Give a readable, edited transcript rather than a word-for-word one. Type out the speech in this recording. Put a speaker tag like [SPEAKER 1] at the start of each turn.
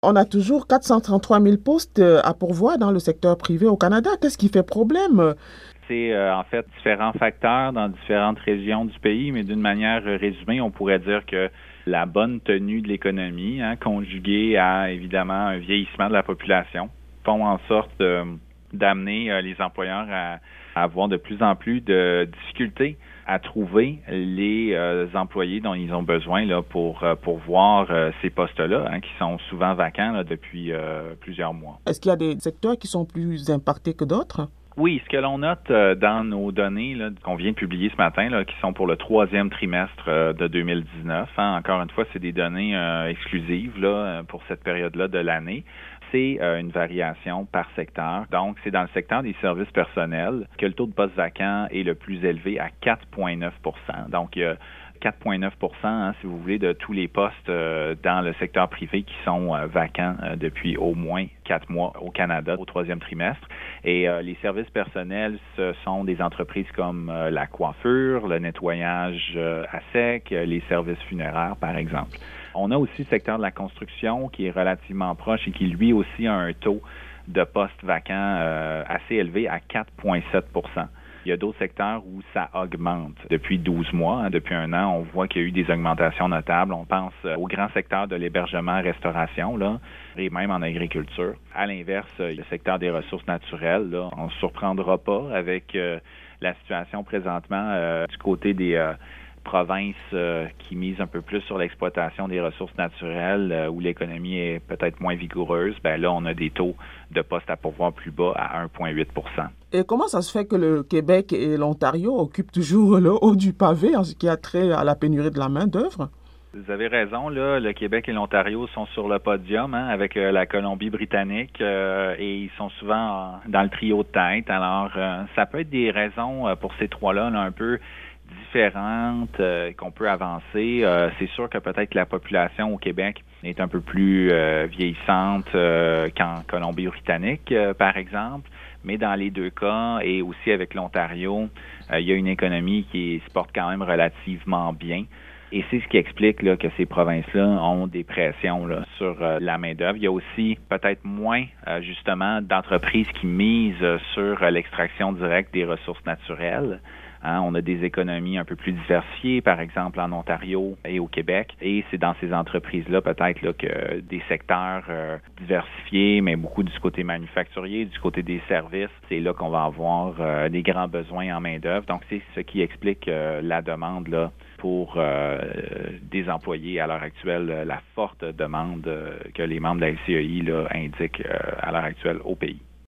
[SPEAKER 1] On a toujours 433 000 postes à pourvoir dans le secteur privé au Canada. Qu'est-ce qui fait problème?
[SPEAKER 2] C'est en fait différents facteurs dans différentes régions du pays, mais d'une manière résumée, on pourrait dire que la bonne tenue de l'économie, conjuguée à évidemment un vieillissement de la population, font en sorte d'amener les employeurs à avoir de plus en plus de difficultés à trouver les employés dont ils ont besoin là, pour voir ces postes-là, qui sont souvent vacants là, depuis plusieurs mois.
[SPEAKER 1] Est-ce qu'il y a des secteurs qui sont plus impactés que d'autres?
[SPEAKER 2] Oui, ce que l'on note dans nos données là, qu'on vient de publier ce matin, là, qui sont pour le troisième trimestre de 2019, encore une fois, c'est des données exclusives là, pour cette période-là de l'année. C'est une variation par secteur. Donc, c'est dans le secteur des services personnels que le taux de postes vacants est le plus élevé à 4,9 %. Donc, il y a 4,9 si vous voulez, de tous les postes dans le secteur privé qui sont vacants depuis au moins 4 mois au Canada au troisième trimestre. Et les services personnels, ce sont des entreprises comme la coiffure, le nettoyage à sec, les services funéraires, par exemple. On a aussi le secteur de la construction qui est relativement proche et qui, lui aussi, a un taux de postes vacants assez élevé à 4,7 %. Il y a d'autres secteurs où ça augmente depuis 12 mois. Depuis un an, on voit qu'il y a eu des augmentations notables. On pense au grand secteur de l'hébergement-restauration, là, et même en agriculture. À l'inverse, le secteur des ressources naturelles, là, on ne se surprendra pas avec la situation présentement du côté des provinces qui misent un peu plus sur l'exploitation des ressources naturelles, où l'économie est peut-être moins vigoureuse, ben là, on a des taux de postes à pourvoir plus bas à 1,8 %.
[SPEAKER 1] Et comment ça se fait que le Québec et l'Ontario occupent toujours le haut du pavé en ce qui a trait à la pénurie de la main-d'œuvre?
[SPEAKER 2] Vous avez raison, là, le Québec et l'Ontario sont sur le podium avec la Colombie-Britannique et ils sont souvent dans le trio de tête. Alors, ça peut être des raisons pour ces trois-là là, un peu différentes qu'on peut avancer. C'est sûr que peut-être que la population au Québec est un peu plus vieillissante qu'en Colombie-Britannique, par exemple. Mais dans les deux cas, et aussi avec l'Ontario, il y a une économie qui se porte quand même relativement bien. Et c'est ce qui explique là, que ces provinces-là ont des pressions là, sur la main-d'œuvre. Il y a aussi peut-être moins, justement, d'entreprises qui misent sur l'extraction directe des ressources naturelles. On a des économies un peu plus diversifiées, par exemple en Ontario et au Québec. Et c'est dans ces entreprises-là, peut-être là, que des secteurs diversifiés, mais beaucoup du côté manufacturier, du côté des services, c'est là qu'on va avoir des grands besoins en main-d'œuvre. Donc, c'est ce qui explique la demande là, pour des employés à l'heure actuelle, la forte demande que les membres de la LCEI là, indiquent à l'heure actuelle au pays.